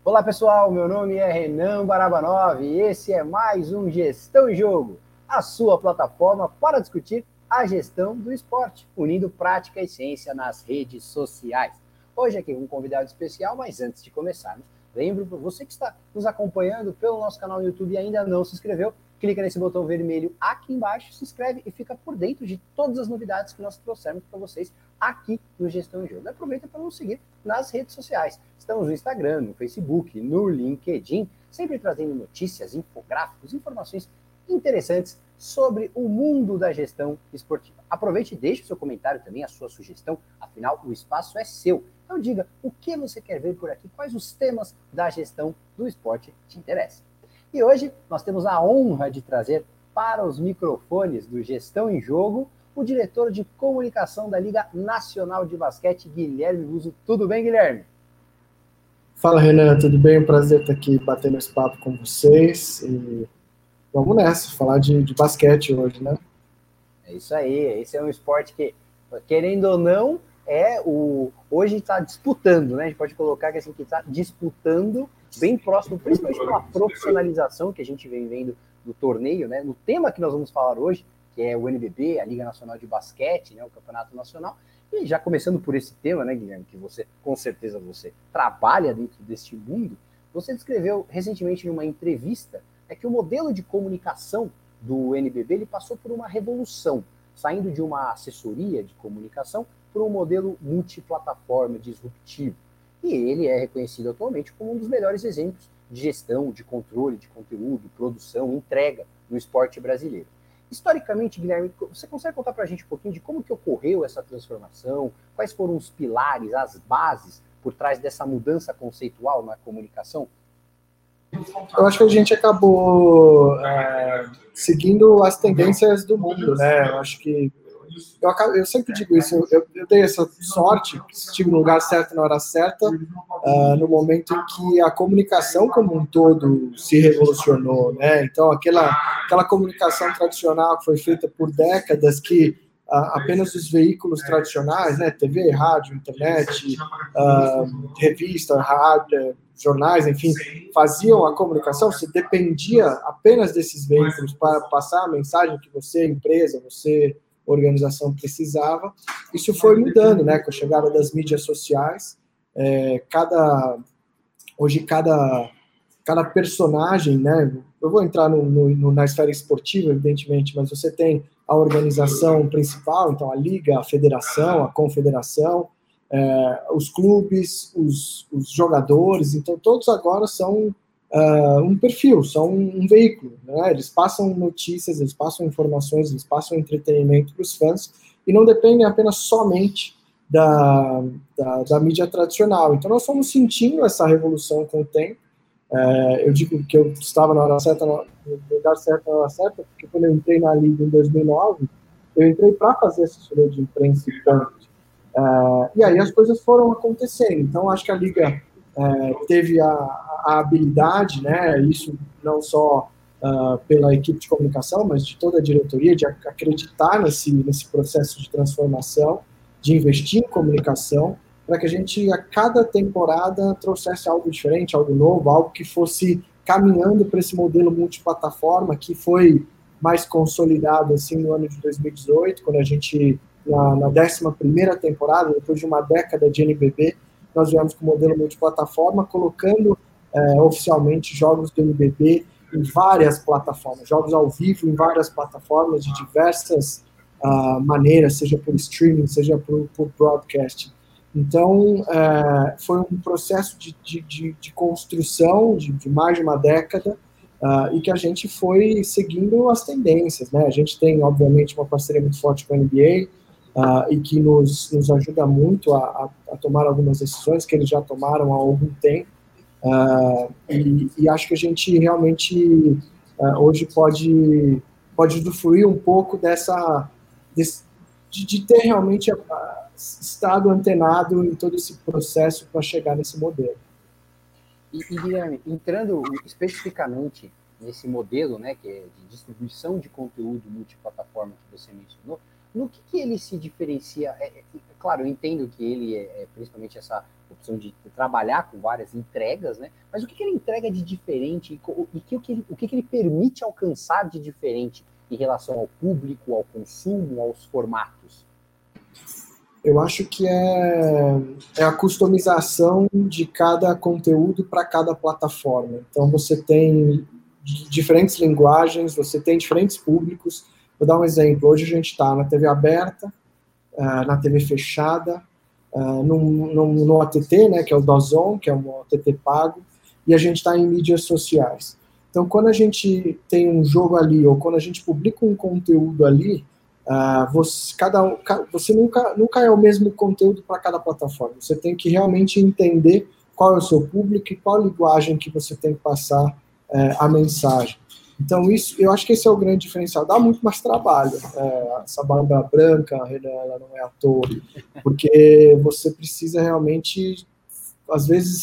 Olá pessoal, meu nome é Renan Barabanov e esse é mais um Gestão em Jogo, a sua plataforma para discutir a gestão do esporte, unindo prática e ciência nas redes sociais. Hoje aqui com um convidado especial, mas antes de começarmos, lembro para você que está nos acompanhando pelo nosso canal no YouTube e ainda não se inscreveu, clica nesse botão vermelho aqui embaixo, se inscreve e fica por dentro de todas as novidades que nós trouxemos para vocês aqui no Gestão em Jogo. E aproveita para nos seguir nas redes sociais. Estamos no Instagram, no Facebook, no LinkedIn, sempre trazendo notícias, infográficos, informações interessantes sobre o mundo da gestão esportiva. Aproveite e deixe o seu comentário também, a sua sugestão, afinal o espaço é seu. Então diga o que você quer ver por aqui, quais os temas da gestão do esporte te interessam. E hoje nós temos a honra de trazer para os microfones do Gestão em Jogo o diretor de comunicação da Liga Nacional de Basquete, Guilherme Buso. Tudo bem, Guilherme? Fala, Renan, tudo bem? Prazer estar aqui batendo esse papo com vocês. E vamos nessa, falar de basquete hoje, né? É isso aí, esse é um esporte que, querendo ou não, hoje está disputando, né? A gente pode colocar que está disputando bem próximo, principalmente pela profissionalização que a gente vem vendo do torneio, né? No tema que nós vamos falar hoje, que é o NBB, a Liga Nacional de Basquete, né? O Campeonato Nacional. E já começando por esse tema, né, Guilherme, que você, com certeza, você trabalha dentro deste mundo, você descreveu recentemente numa entrevista que o modelo de comunicação do NBB ele passou por uma revolução, saindo de uma assessoria de comunicação para um modelo multiplataforma disruptivo. E ele é reconhecido atualmente como um dos melhores exemplos de gestão, de controle de conteúdo, produção, entrega no esporte brasileiro. Historicamente, Guilherme, você consegue contar para a gente um pouquinho de como que ocorreu essa transformação, quais foram os pilares, as bases por trás dessa mudança conceitual na comunicação? Eu acho que a gente acabou seguindo as tendências do mundo, né? Eu acho que eu sempre digo isso, eu dei essa sorte, estive no lugar certo na hora certa, no momento em que a comunicação como um todo se revolucionou, né? Então, aquela comunicação tradicional que foi feita por décadas, que apenas os veículos tradicionais, né? TV, rádio, internet, revista, rádio, jornais, enfim, faziam a comunicação, você dependia apenas desses veículos para passar a mensagem que você, empresa, você, organização, precisava. Isso foi mudando, né, com a chegada das mídias sociais. Hoje cada personagem, né, eu vou entrar na esfera esportiva, evidentemente, mas você tem a organização principal, então a liga, a federação, a confederação, os clubes, os jogadores, então todos agora são um perfil, são um veículo, né? Eles passam notícias, eles passam informações, eles passam entretenimento para os fãs e não dependem apenas somente da mídia tradicional. Então nós fomos sentindo essa revolução com o tempo. Eu digo que eu estava na hora certa, no lugar certo, na hora certa, porque quando eu entrei na Liga em 2009, eu entrei para fazer assessoria de imprensa e ponto. E aí as coisas foram acontecendo. Então acho que a Liga teve a habilidade, né, isso não só pela equipe de comunicação, mas de toda a diretoria, de acreditar nesse processo de transformação, de investir em comunicação, para que a gente, a cada temporada, trouxesse algo diferente, algo novo, algo que fosse caminhando para esse modelo multiplataforma, que foi mais consolidado assim, no ano de 2018, quando a gente, na 11ª temporada, depois de uma década de NBB, nós viemos com o modelo multiplataforma, colocando oficialmente jogos do NBB em várias plataformas, jogos ao vivo em várias plataformas de diversas maneiras, seja por streaming, seja por broadcast. Então, foi um processo de construção de mais de uma década e que a gente foi seguindo as tendências, né? A gente tem, obviamente, uma parceria muito forte com a NBA, e que nos ajuda muito a tomar algumas decisões que eles já tomaram há algum tempo, e acho que a gente realmente hoje pode usufruir um pouco de ter realmente estado antenado em todo esse processo para chegar nesse modelo. E Guilherme, entrando especificamente nesse modelo, né, que é de distribuição de conteúdo multiplataforma que você mencionou, no que ele se diferencia? Claro, eu entendo que ele principalmente essa opção de trabalhar com várias entregas, né? Mas o que ele entrega de diferente e o que ele permite alcançar de diferente em relação ao público, ao consumo, aos formatos? Eu acho que é a customização de cada conteúdo para cada plataforma. Então, você tem diferentes linguagens, você tem diferentes públicos. Vou dar um exemplo. Hoje a gente está na TV aberta, na TV fechada, no OTT, né, que é o DAZN, que é um OTT pago, e a gente está em mídias sociais. Então, quando a gente tem um jogo ali, ou quando a gente publica um conteúdo ali, você nunca é o mesmo conteúdo para cada plataforma. Você tem que realmente entender qual é o seu público e qual linguagem que você tem que passar a mensagem. Então, eu acho que esse é o grande diferencial. Dá muito mais trabalho. Essa barba branca, ela não é à toa, porque você precisa realmente, às vezes,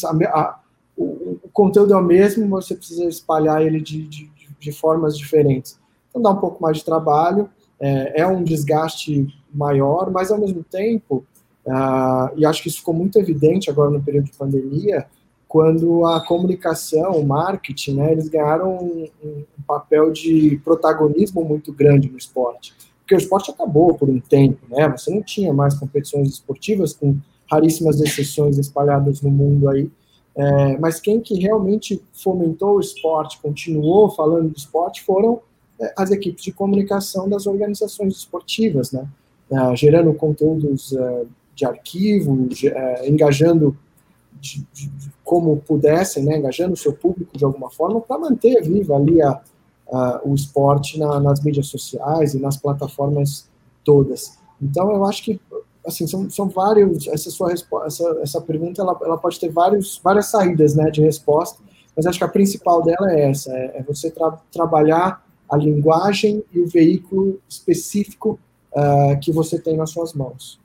o conteúdo é o mesmo, mas você precisa espalhar ele de formas diferentes. Então, dá um pouco mais de trabalho, é um desgaste maior, mas, ao mesmo tempo, e acho que isso ficou muito evidente agora no período de pandemia, quando a comunicação, o marketing, né, eles ganharam um papel de protagonismo muito grande no esporte. Porque o esporte acabou por um tempo, né? Você não tinha mais competições esportivas, com raríssimas exceções espalhadas no mundo aí. Mas quem que realmente fomentou o esporte, continuou falando do esporte, foram as equipes de comunicação das organizações esportivas, né? Gerando conteúdos de arquivo, engajando de como pudessem, né, engajando o seu público de alguma forma para manter viva ali o esporte nas mídias sociais e nas plataformas todas. Então, eu acho que assim, são vários, essa pergunta ela pode ter várias saídas, né, de resposta, mas acho que a principal dela é essa, você trabalhar a linguagem e o veículo específico que você tem nas suas mãos.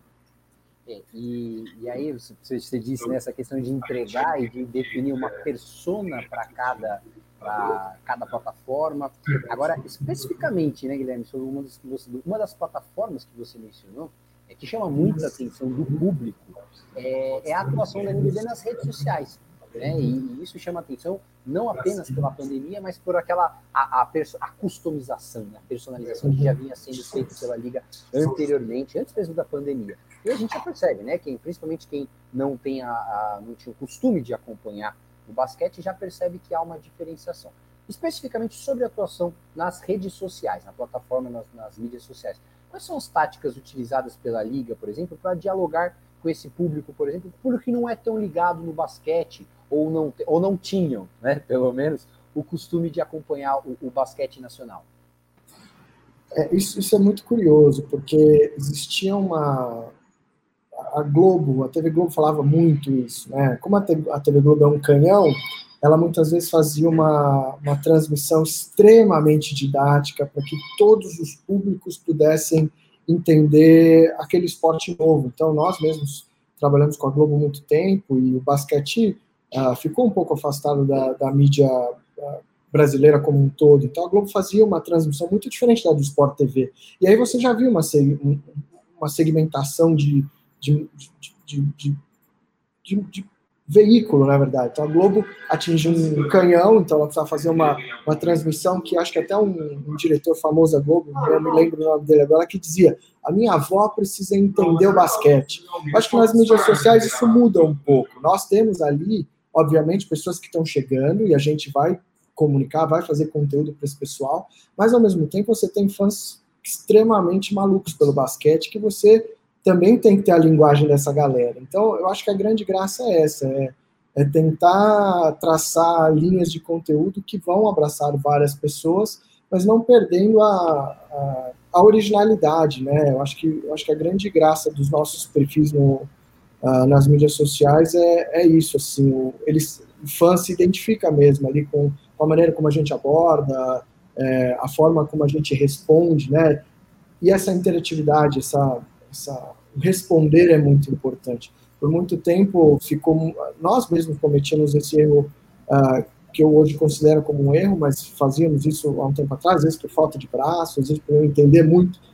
E aí, você disse nessa questão de entregar e de definir uma persona para cada plataforma. Agora, especificamente, né, Guilherme, sobre uma das plataformas que você mencionou, que chama muita atenção do público, é a atuação da NBB nas redes sociais. Né? E isso chama atenção não apenas pela pandemia, mas por a customização, né? A personalização que já vinha sendo feita pela Liga anteriormente, antes mesmo da pandemia. E a gente já percebe, né, principalmente quem não tinha o costume de acompanhar o basquete, já percebe que há uma diferenciação. Especificamente sobre a atuação nas redes sociais, na plataforma, nas mídias sociais. Quais são as táticas utilizadas pela Liga, por exemplo, para dialogar com esse público, por exemplo, o público que não é tão ligado no basquete, ou não tinham, né, pelo menos, o costume de acompanhar o basquete nacional? Isso é muito curioso, porque existia a Globo, a TV Globo falava muito isso, né? Como a TV Globo é um canhão, ela muitas vezes fazia uma transmissão extremamente didática para que todos os públicos pudessem entender aquele esporte novo. Então, nós mesmos trabalhamos com a Globo há muito tempo e o basquete ficou um pouco afastado da mídia brasileira como um todo. Então, a Globo fazia uma transmissão muito diferente da do Sport TV. E aí você já viu uma segmentação de veículo, na verdade. Então, a Globo atingiu um canhão, então ela precisava fazer uma transmissão que acho que até um diretor famoso da Globo, eu me lembro o nome dele agora, que dizia: a minha avó precisa entender o basquete. Eu acho que nas mídias sociais isso muda um pouco. Nós temos ali, obviamente, pessoas que estão chegando e a gente vai comunicar, vai fazer conteúdo para esse pessoal, mas ao mesmo tempo você tem fãs extremamente malucos pelo basquete que você também tem que ter a linguagem dessa galera. Então, eu acho que a grande graça é essa, é tentar traçar linhas de conteúdo que vão abraçar várias pessoas, mas não perdendo a originalidade, né? Eu acho que a grande graça dos nossos perfis nas mídias sociais é isso, assim, o fã se identifica mesmo ali com a maneira como a gente aborda, a forma como a gente responde, né? E essa interatividade, responder é muito importante. Por muito tempo nós mesmos cometíamos esse erro que eu hoje considero como um erro, mas fazíamos isso há um tempo atrás, às vezes por falta de braço, às vezes por não entender muito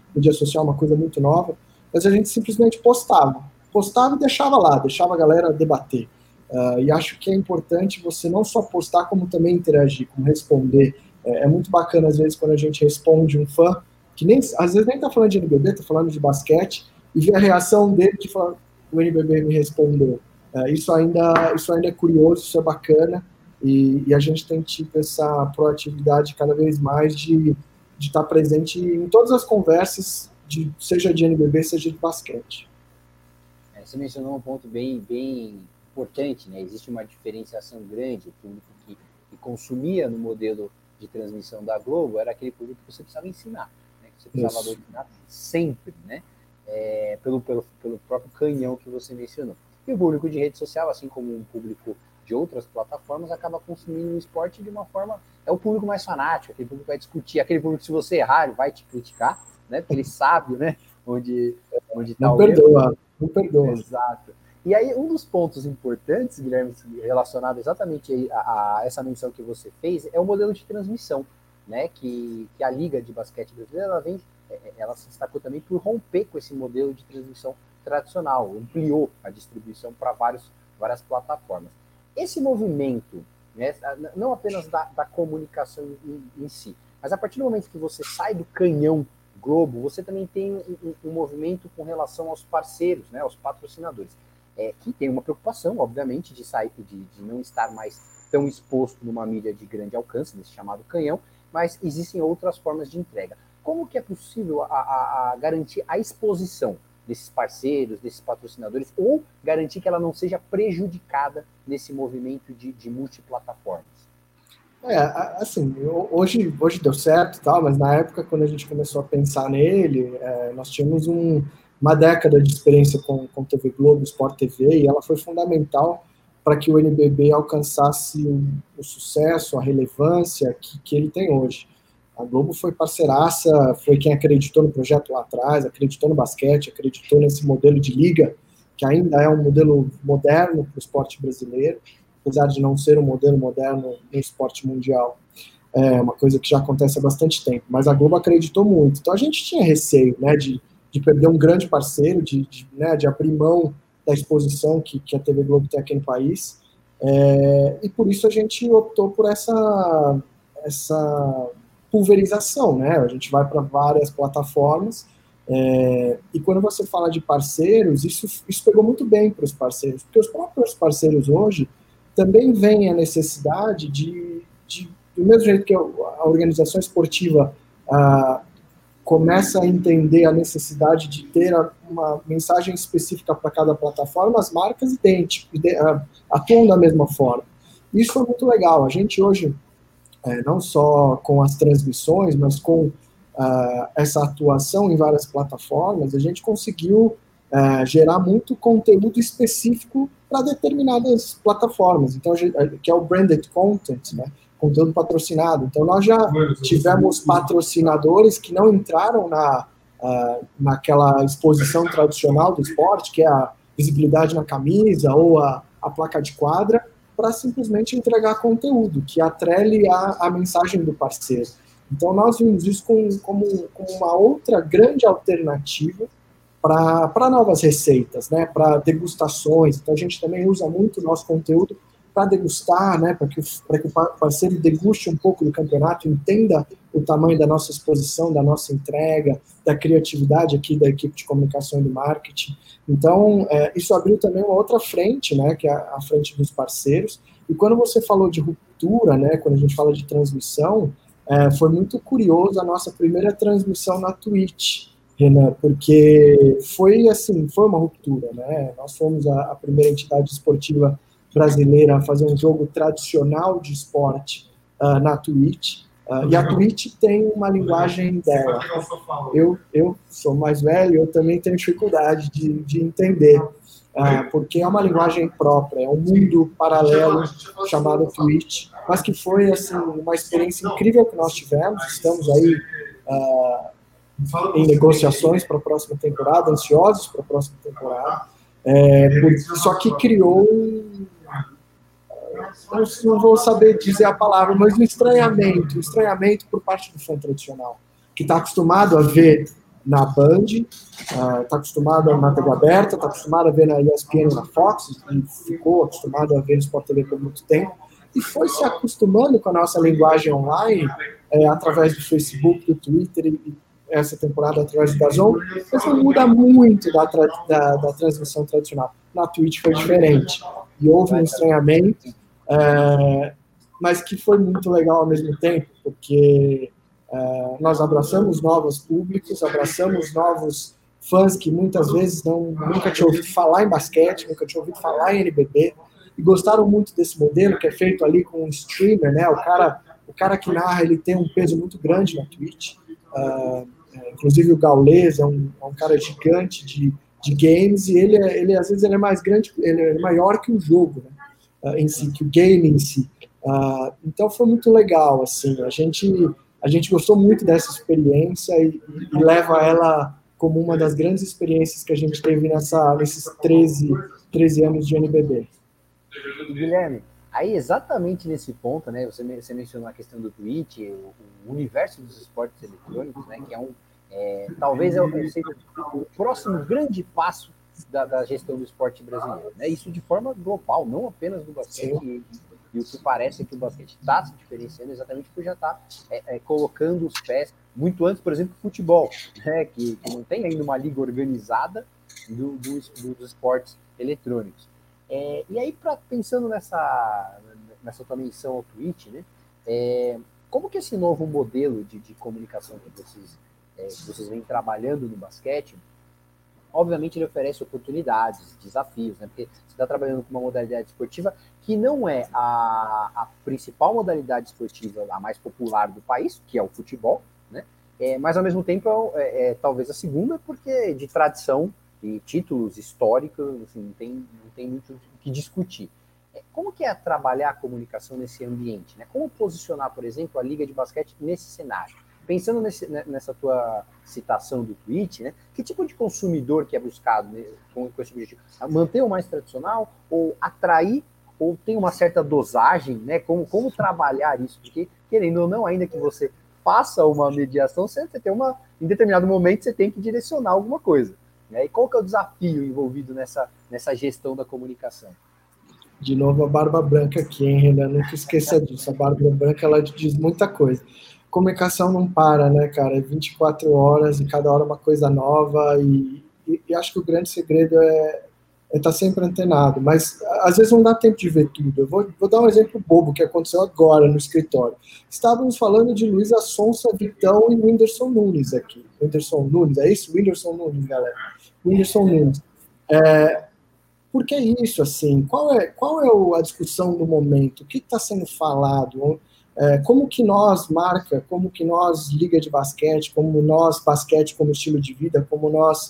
mídia social é uma coisa muito nova, mas a gente simplesmente postava e deixava lá, deixava a galera debater. E acho que é importante você não só postar, como também interagir, como responder. É muito bacana, às vezes, quando a gente responde um fã, que às vezes nem está falando de NBB, está falando de basquete, e ver a reação dele de falar, o NBB me respondeu. Isso ainda é curioso, isso é bacana, e a gente tem tido essa proatividade cada vez mais de estar presente em todas as conversas, seja de NBB, seja de basquete. Você mencionou um ponto bem importante, né? Existe uma diferenciação grande. O público que consumia no modelo de transmissão da Globo era aquele público que você precisava ensinar, né? Que você precisava doutrinar sempre, né? Pelo próprio canhão que você mencionou. E o público de rede social, assim como um público de outras plataformas, acaba consumindo o esporte de uma forma... É o público mais fanático, aquele público que vai discutir, aquele público que, se você errar, ele vai te criticar, né? Porque ele sabe, né? Onde está o erro. Não perdoa. Exato. E aí, um dos pontos importantes, Guilherme, relacionado exatamente a essa menção que você fez, é o modelo de transmissão, né? Que a Liga de Basquete Brasileira, ela se destacou também por romper com esse modelo de transmissão tradicional, ampliou a distribuição para várias plataformas. Esse movimento, né, não apenas da comunicação em si, mas a partir do momento que você sai do canhão Globo, você também tem um movimento com relação aos parceiros, né, aos patrocinadores, que tem uma preocupação, obviamente, de sair, de não estar mais tão exposto numa mídia de grande alcance, nesse chamado canhão, mas existem outras formas de entrega. Como que é possível a garantir a exposição desses parceiros, desses patrocinadores, ou garantir que ela não seja prejudicada nesse movimento de multiplataformas? Assim, hoje deu certo, tal, mas na época, quando a gente começou a pensar nele, nós tínhamos uma década de experiência com TV Globo, Sport TV, e ela foi fundamental para que o NBB alcançasse o sucesso, a relevância que ele tem hoje. A Globo foi parceiraça, foi quem acreditou no projeto lá atrás, acreditou no basquete, acreditou nesse modelo de liga, que ainda é um modelo moderno para o esporte brasileiro, apesar de não ser um modelo moderno no esporte mundial. É uma coisa que já acontece há bastante tempo, mas a Globo acreditou muito. Então a gente tinha receio, né, de perder um grande parceiro, de abrir mão da exposição que a TV Globo tem aqui no país, e por isso a gente optou por essa pulverização, né? A gente vai para várias plataformas, e quando você fala de parceiros, isso pegou muito bem para os parceiros, porque os próprios parceiros hoje também veem a necessidade do mesmo jeito que a organização esportiva começa a entender a necessidade de ter uma mensagem específica para cada plataforma, as marcas atuam da mesma forma. Isso foi muito legal. A gente hoje, não só com as transmissões, mas com essa atuação em várias plataformas, a gente conseguiu gerar muito conteúdo específico para determinadas plataformas, então, que é o branded content, né? Conteúdo patrocinado. Então, nós já tivemos patrocinadores que não entraram naquela exposição tradicional do esporte, que é a visibilidade na camisa ou a placa de quadra, para simplesmente entregar conteúdo que atrele a mensagem do parceiro. Então, nós vimos isso como uma outra grande alternativa para novas receitas, né, para degustações. Então, a gente também usa muito o nosso conteúdo para degustar, né, para que o parceiro deguste um pouco do campeonato, entenda o tamanho da nossa exposição, da nossa entrega, da criatividade aqui da equipe de comunicação e do marketing. Então, isso abriu também uma outra frente, né, que é a frente dos parceiros. E quando você falou de ruptura, né, quando a gente fala de transmissão, foi muito curioso a nossa primeira transmissão na Twitch, Renan, porque foi uma ruptura, né? Nós fomos a primeira entidade esportiva brasileira a fazer um jogo tradicional de esporte na Twitch, e a Twitch tem uma linguagem dela. Eu sou mais velho, eu também tenho dificuldade de entender, porque é uma linguagem própria, é um mundo paralelo chamado Twitch, mas que foi assim, uma experiência incrível que nós tivemos. Estamos aí em negociações para a próxima temporada, ansiosos para a próxima temporada, só que criou não vou saber dizer a palavra, mas um estranhamento por parte do fã tradicional, que está acostumado a ver na Band, está acostumado na TV aberta, está acostumado a ver na ESPN, na Fox, e ficou acostumado a ver no Sport TV por muito tempo, e foi se acostumando com a nossa linguagem online, através do Facebook, do Twitter, e essa temporada através do DAZN, mas não muda muito da transmissão tradicional. Na Twitch foi diferente, e houve um estranhamento, mas que foi muito legal ao mesmo tempo, porque nós abraçamos novos públicos, abraçamos novos fãs que muitas vezes nunca tinham ouvido falar em basquete, nunca tinham ouvido falar em NBB, e gostaram muito desse modelo, que é feito ali com um streamer, né? O cara que narra, ele tem um peso muito grande na Twitch, inclusive o Gaules é um cara gigante de games, e ele às vezes ele é mais grande, ele é maior que o jogo, né? Em si, que o game em si. Então foi muito legal, assim, a gente gostou muito dessa experiência e leva ela como uma das grandes experiências que a gente teve nesses 13 anos de NBB. E, Guilherme, aí exatamente nesse ponto, né, você mencionou a questão do Twitch, o universo dos esportes eletrônicos, né, que talvez seja o próximo grande passo da gestão do esporte brasileiro, né, isso de forma global, não apenas do basquete. E o que parece é que o basquete está se diferenciando exatamente porque já está colocando os pés muito antes, por exemplo, do futebol, né, que não tem ainda uma liga organizada dos esportes eletrônicos. E aí, pensando nessa tua menção ao Twitch, né, como que esse novo modelo de comunicação que vocês vêm trabalhando no basquete, obviamente ele oferece oportunidades, desafios, né? Porque você está trabalhando com uma modalidade esportiva que não é a principal modalidade esportiva, a mais popular do país, que é o futebol, né? Mas ao mesmo tempo talvez a segunda, porque de tradição e títulos históricos, assim, não tem muito o que discutir. Como que é trabalhar a comunicação nesse ambiente, né? Como posicionar, por exemplo, a Liga de Basquete nesse cenário? Pensando nessa tua citação do Twitch, né, que tipo de consumidor que é buscado, né, com esse objetivo? Manter o mais tradicional, ou atrair, ou tem uma certa dosagem, né? Como trabalhar isso? Porque, querendo ou não, ainda que você faça uma mediação, você tem em determinado momento você tem que direcionar alguma coisa. Né? E qual que é o desafio envolvido nessa gestão da comunicação? De novo a barba branca aqui, hein, Renan? Nunca esqueça disso. A barba branca, ela diz muita coisa. Comunicação não para, né, cara? É 24 horas e cada hora uma coisa nova, e acho que o grande segredo é estar sempre antenado, mas às vezes não dá tempo de ver tudo. Eu vou dar um exemplo bobo que aconteceu agora no escritório. Estávamos falando de Luísa Sonsa, Vitão e Whindersson Nunes aqui. Whindersson Nunes, é isso? Whindersson Nunes, galera. Whindersson Nunes. Por que isso, assim? Qual é a discussão do momento? O que está sendo falado? Como que nós, marca, como que nós, Liga de Basquete, como nós, basquete como estilo de vida, como nós,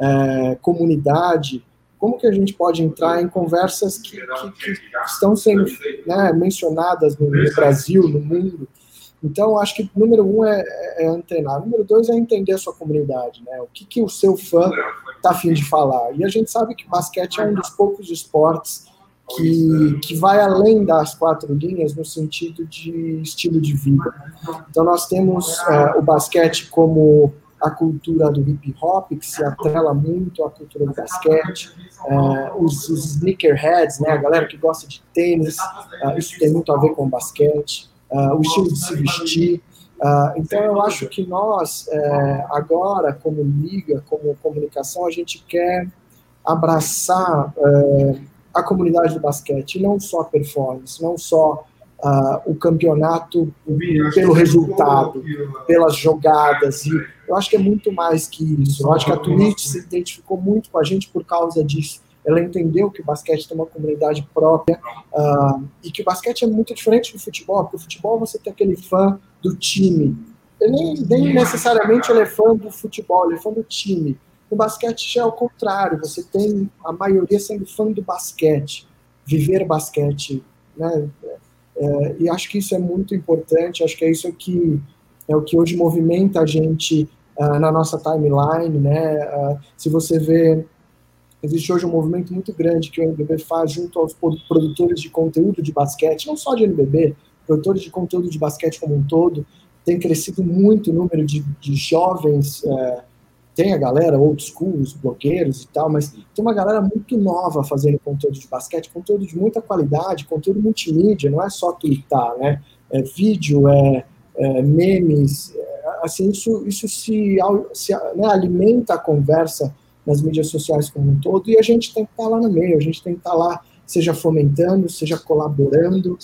comunidade, como que a gente pode entrar em conversas que estão sendo, né, mencionadas no Brasil, no mundo? Então, acho que número 1 é antenar. Número 2 é entender a sua comunidade, né? O que o seu fã está a fim de falar. E a gente sabe que basquete é um dos poucos esportes que vai além das 4 linhas no sentido de estilo de vida. Então, nós temos o basquete como a cultura do hip hop, que se atrela muito à cultura do basquete, os sneakerheads, né, a galera que gosta de tênis, isso tem muito a ver com o basquete, o estilo de se vestir. Então, eu acho que nós, agora, como liga, como comunicação, a gente quer abraçar a comunidade do basquete, não só a performance, não só o campeonato pelo resultado, pelas jogadas. E eu acho que é muito mais que isso. Eu acho que a Twitch se identificou muito com a gente por causa disso. Ela entendeu que o basquete tem uma comunidade própria, e que o basquete é muito diferente do futebol, porque o futebol você tem aquele fã do time. Ele nem necessariamente ele é fã do futebol, ele é fã do time. No basquete já é o contrário, você tem a maioria sendo fã do basquete, viver basquete, né? E acho que isso é muito importante, acho que é isso que é o que hoje movimenta a gente na nossa timeline, né? Se você vê, existe hoje um movimento muito grande que o NBB faz junto aos produtores de conteúdo de basquete, não só de NBB, produtores de conteúdo de basquete como um todo, tem crescido muito o número de jovens tem a galera, old school, os blogueiros e tal, mas tem uma galera muito nova fazendo conteúdo de basquete, conteúdo de muita qualidade, conteúdo multimídia, não é só twittar, né? É vídeo, memes, assim, isso né, alimenta a conversa nas mídias sociais como um todo, e a gente tem que estar lá no meio, a gente tem que estar lá, seja fomentando, seja colaborando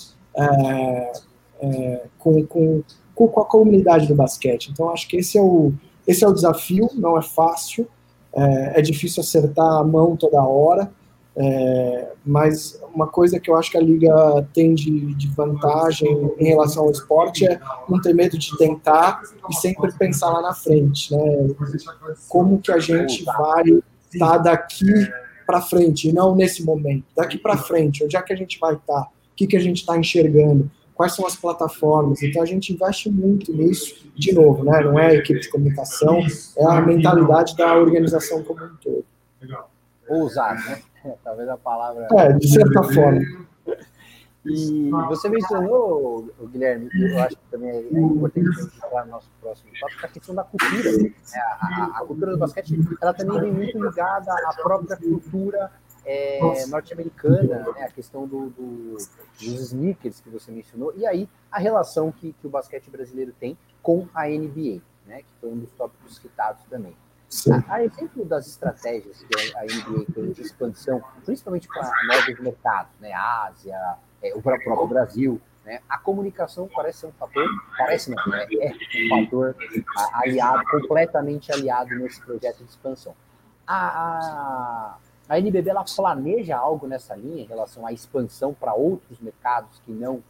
com a comunidade do basquete. Então, acho que esse é o desafio, não é fácil, é difícil acertar a mão toda hora, mas uma coisa que eu acho que a Liga tem de vantagem em relação ao esporte é não ter medo de tentar e sempre pensar lá na frente, né? Como que a gente vai estar daqui para frente, e não nesse momento, daqui para frente, onde é que a gente vai estar, o que a gente está enxergando, quais são as plataformas. Então a gente investe muito nisso, de novo, né? Não é a equipe de comunicação, é a mentalidade da organização como um todo. Ousado, né? Talvez a palavra... de certa forma. E você mencionou, Guilherme, que eu acho que também é importante a gente entrar no nosso próximo tópico, a questão da cultura. Né? A cultura do basquete, ela também vem muito ligada à própria cultura norte-americana, né? A questão dos sneakers que você mencionou, e aí a relação que o basquete brasileiro tem com a NBA, né? Que foi um dos tópicos citados também. A exemplo das estratégias que a NBA tem de expansão, principalmente para novos mercados, né? Ásia, o próprio Brasil, né? A comunicação parece ser um fator, é um fator aliado, completamente aliado nesse projeto de expansão. A NBB, ela planeja algo nessa linha em relação à expansão para outros mercados que não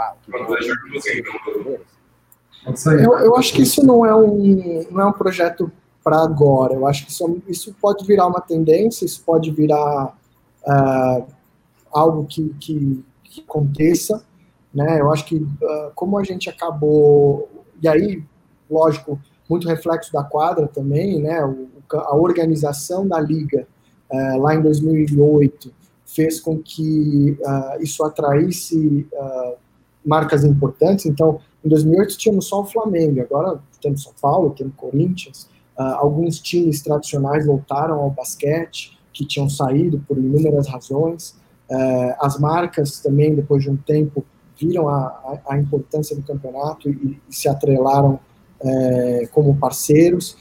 eu acho que isso não é um projeto para agora. Eu acho que isso pode virar uma tendência, isso pode virar algo que aconteça, né? Eu acho que como a gente acabou, e aí, lógico, muito reflexo da quadra também, né? A organização da liga lá em 2008 fez com que isso atraísse marcas importantes. Então, em 2008 tínhamos só o Flamengo, agora temos São Paulo, temos Corinthians, alguns times tradicionais voltaram ao basquete, que tinham saído por inúmeras razões. As marcas também, depois de um tempo, viram a importância do campeonato e se atrelaram como parceiros.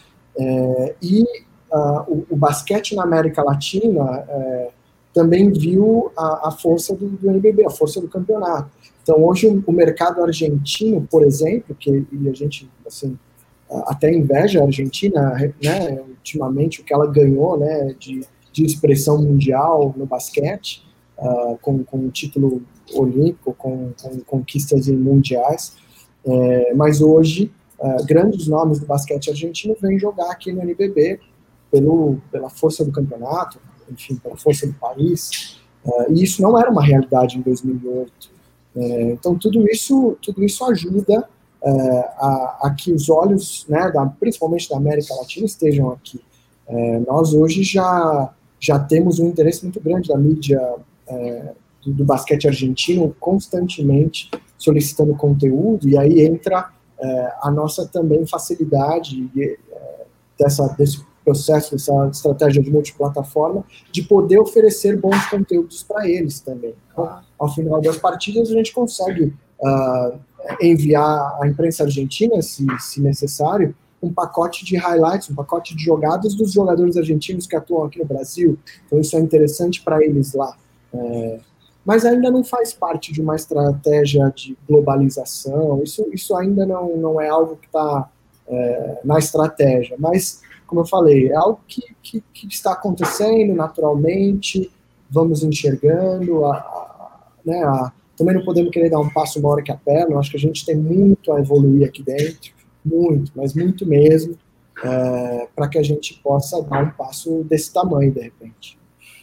O basquete na América Latina também viu a força do NBB, a força do campeonato. Então, hoje, o mercado argentino, por exemplo, e a gente, assim, até inveja a Argentina, né, ultimamente, o que ela ganhou, né, de expressão mundial no basquete, com o título olímpico, com conquistas mundiais, mas hoje, grandes nomes do basquete argentino vêm jogar aqui no NBB pela força do campeonato, enfim, pela força do país, e isso não era uma realidade em 2008. Então, tudo isso ajuda a que os olhos, né, principalmente da América Latina, estejam aqui. Nós hoje já temos um interesse muito grande da mídia do basquete argentino constantemente solicitando conteúdo, e aí entra a nossa também facilidade desse processo, dessa estratégia de multiplataforma, de poder oferecer bons conteúdos para eles também. Então, ao final das partidas, a gente consegue enviar à imprensa argentina, se necessário, um pacote de highlights, um pacote de jogadas dos jogadores argentinos que atuam aqui no Brasil. Então, isso é interessante para eles lá. Mas ainda não faz parte de uma estratégia de globalização, isso ainda não é algo que está na estratégia, mas, como eu falei, é algo que está acontecendo naturalmente, vamos enxergando, também não podemos querer dar um passo maior que a perna. Eu acho que a gente tem muito a evoluir aqui dentro, muito, mas muito mesmo, para que a gente possa dar um passo desse tamanho, de repente.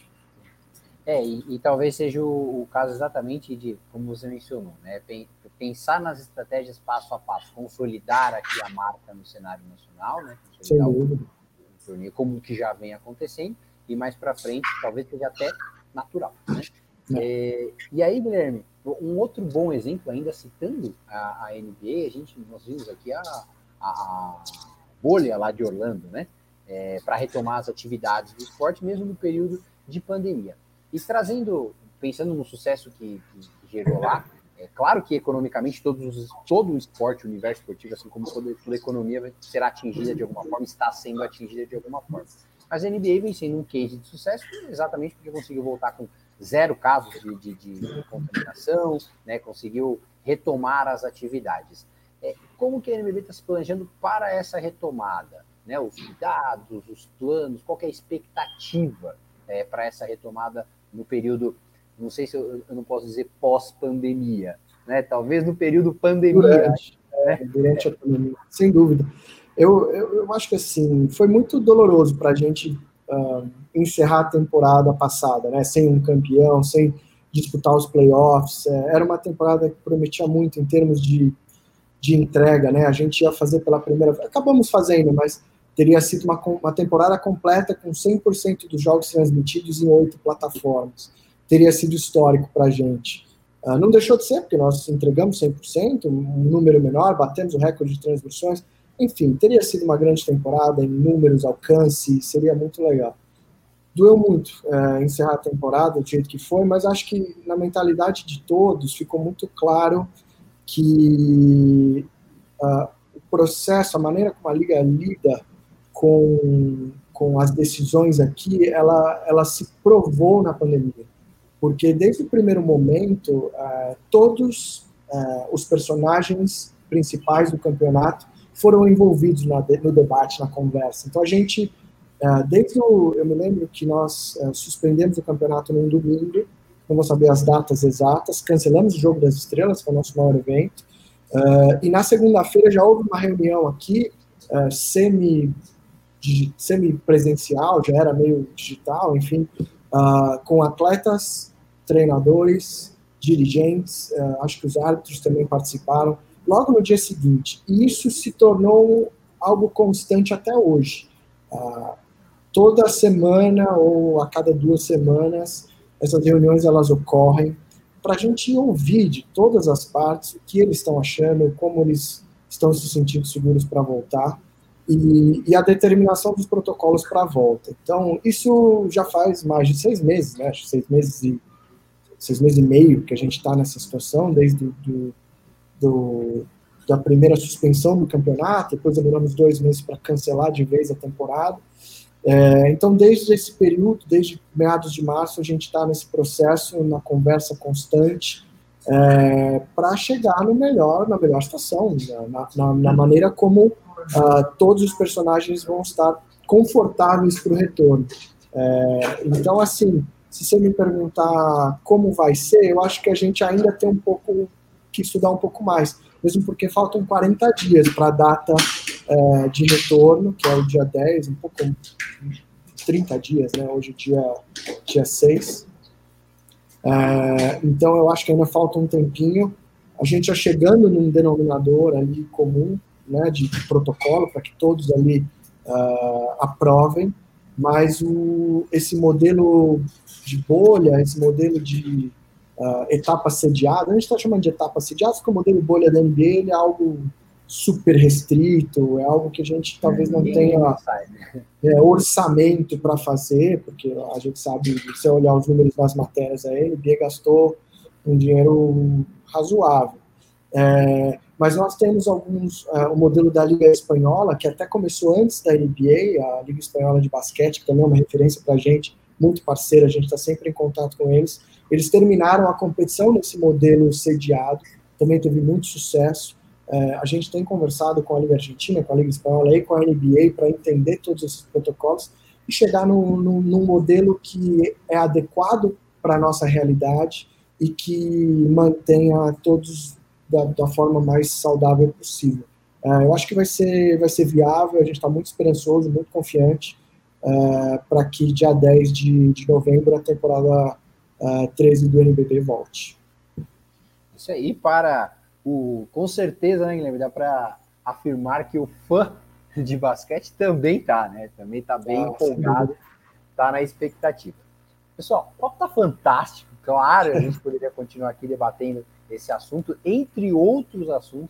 E talvez seja o caso exatamente de, como você mencionou, né, pensar nas estratégias passo a passo, consolidar aqui a marca no cenário nacional, né, consolidar o torneio como que já vem acontecendo, e mais para frente talvez seja até natural, né? E aí, Guilherme, um outro bom exemplo, ainda citando a NBA, nós vimos aqui a bolha lá de Orlando, né? para retomar as atividades do esporte, mesmo no período de pandemia. E pensando no sucesso que gerou lá, é claro que economicamente todo o esporte, o universo esportivo, assim como toda a economia, será atingida de alguma forma, está sendo atingida de alguma forma. Mas a NBA vem sendo um case de sucesso exatamente porque conseguiu voltar com 0 casos de contaminação, né, conseguiu retomar as atividades. Como que a NBB está se planejando para essa retomada? Né, os cuidados, os planos, qual que é a expectativa para essa retomada no período, não sei se eu não posso dizer pós-pandemia, né, talvez no período pandemia. Durante a pandemia, sem dúvida. Eu acho que assim, foi muito doloroso para a gente encerrar a temporada passada, né, sem um campeão, sem disputar os playoffs. Era uma temporada que prometia muito em termos de entrega, né? A gente ia fazer pela primeira vez, acabamos fazendo, mas teria sido uma temporada completa com 100% dos jogos transmitidos em 8 plataformas. Teria sido histórico para a gente. Não deixou de ser, porque nós entregamos 100%, um número menor, batemos o recorde de transmissões. Enfim, teria sido uma grande temporada em números, alcance, seria muito legal. Doeu muito encerrar a temporada do jeito que foi, mas acho que na mentalidade de todos ficou muito claro que o processo, a maneira como a Liga lida com as decisões aqui, ela se provou na pandemia. Porque desde o primeiro momento, todos os personagens principais do campeonato foram envolvidos no debate, na conversa. Então a gente, eu me lembro que nós suspendemos o campeonato num domingo, não vou saber as datas exatas, cancelamos o Jogo das Estrelas, que é o nosso maior evento, e na segunda-feira já houve uma reunião aqui, semi-presencial, já era meio digital, enfim, com atletas, treinadores, dirigentes, acho que os árbitros também participaram, logo no dia seguinte. E isso se tornou algo constante até hoje. Toda semana ou a cada 2 semanas, essas reuniões elas ocorrem para a gente ouvir de todas as partes o que eles estão achando, como eles estão se sentindo seguros para voltar e a determinação dos protocolos para a volta. Então, isso já faz mais de 6 meses, né? 6 meses e meio que a gente está nessa situação, desde da primeira suspensão do campeonato, depois demoramos 2 meses para cancelar de vez a temporada. Então, desde esse período, desde meados de março, a gente está nesse processo, na conversa constante, para chegar na melhor situação, na maneira como todos os personagens vão estar confortáveis para o retorno. Então, assim, se você me perguntar como vai ser, eu acho que a gente ainda tem um pouco que estudar um pouco mais, mesmo porque faltam 40 dias para a data de retorno, que é o dia 10, um pouco 30 dias, né? Hoje dia 6. Então eu acho que ainda falta um tempinho. A gente já chegando num denominador ali comum, né, de protocolo, para que todos ali aprovem, mas esse modelo de bolha, esse modelo de etapa sediada, a gente está chamando de etapa sediada, porque o modelo bolha da NBA ele é algo super restrito, é algo que a gente talvez não tenha orçamento para fazer, porque a gente sabe, se você olhar os números das matérias, a NBA gastou um dinheiro razoável. Mas nós temos o modelo da Liga Espanhola, que até começou antes da NBA, a Liga Espanhola de Basquete, que também é uma referência para a gente, muito parceira, a gente está sempre em contato com eles. Eles terminaram a competição nesse modelo sediado, também teve muito sucesso. A gente tem conversado com a Liga Argentina, com a Liga Espanhola e com a NBA para entender todos esses protocolos e chegar num modelo que é adequado para a nossa realidade e que mantenha todos da forma mais saudável possível. Eu acho que vai ser viável, a gente está muito esperançoso, muito confiante para que dia 10 de novembro a temporada 13 do NBB volte. Isso aí, com certeza, né, Guilherme, dá para afirmar que o fã de basquete também tá, né? Também tá bem empolgado, tá na expectativa. Pessoal, o papo tá fantástico, claro, a gente poderia continuar aqui debatendo esse assunto, entre outros assuntos,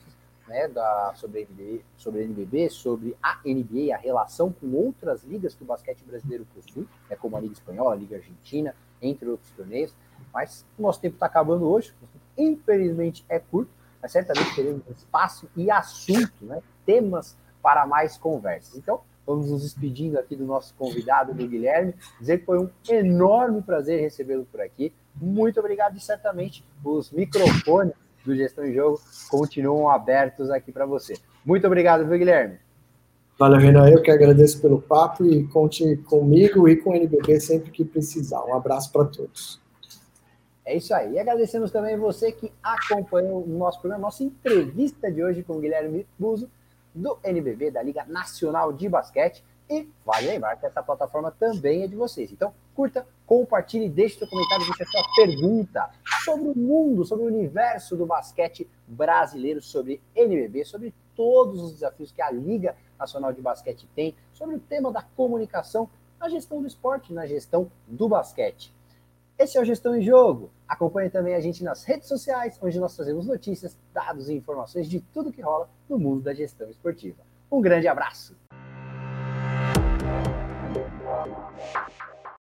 né, sobre a NBB, sobre a NBA, a relação com outras ligas que o basquete brasileiro possui, né, como a Liga Espanhola, a Liga Argentina, entre outros torneios. Mas o nosso tempo está acabando hoje, infelizmente é curto, mas certamente teremos espaço e assunto, né, temas para mais conversas. Então, vamos nos despedindo aqui do nosso convidado, do Guilherme, dizer que foi um enorme prazer recebê-lo por aqui. Muito obrigado e certamente os microfones do Gestão em Jogo continuam abertos aqui para você. Muito obrigado, viu, Guilherme? Valeu, Renan. Eu que agradeço pelo papo e conte comigo e com o NBB sempre que precisar. Um abraço para todos. É isso aí. E agradecemos também você que acompanhou o nosso programa, nossa entrevista de hoje com o Guilherme Buzo, do NBB, da Liga Nacional de Basquete. E vale lembrar que essa plataforma também é de vocês. Então, curta, compartilhe, deixe seu comentário, deixe a sua pergunta sobre o mundo, sobre o universo do basquete brasileiro, sobre NBB, sobre todos os desafios que a Liga Nacional de Basquete tem, sobre o tema da comunicação na gestão do esporte, na gestão do basquete. Esse é o Gestão em Jogo. Acompanhe também a gente nas redes sociais, onde nós trazemos notícias, dados e informações de tudo que rola no mundo da gestão esportiva. Um grande abraço!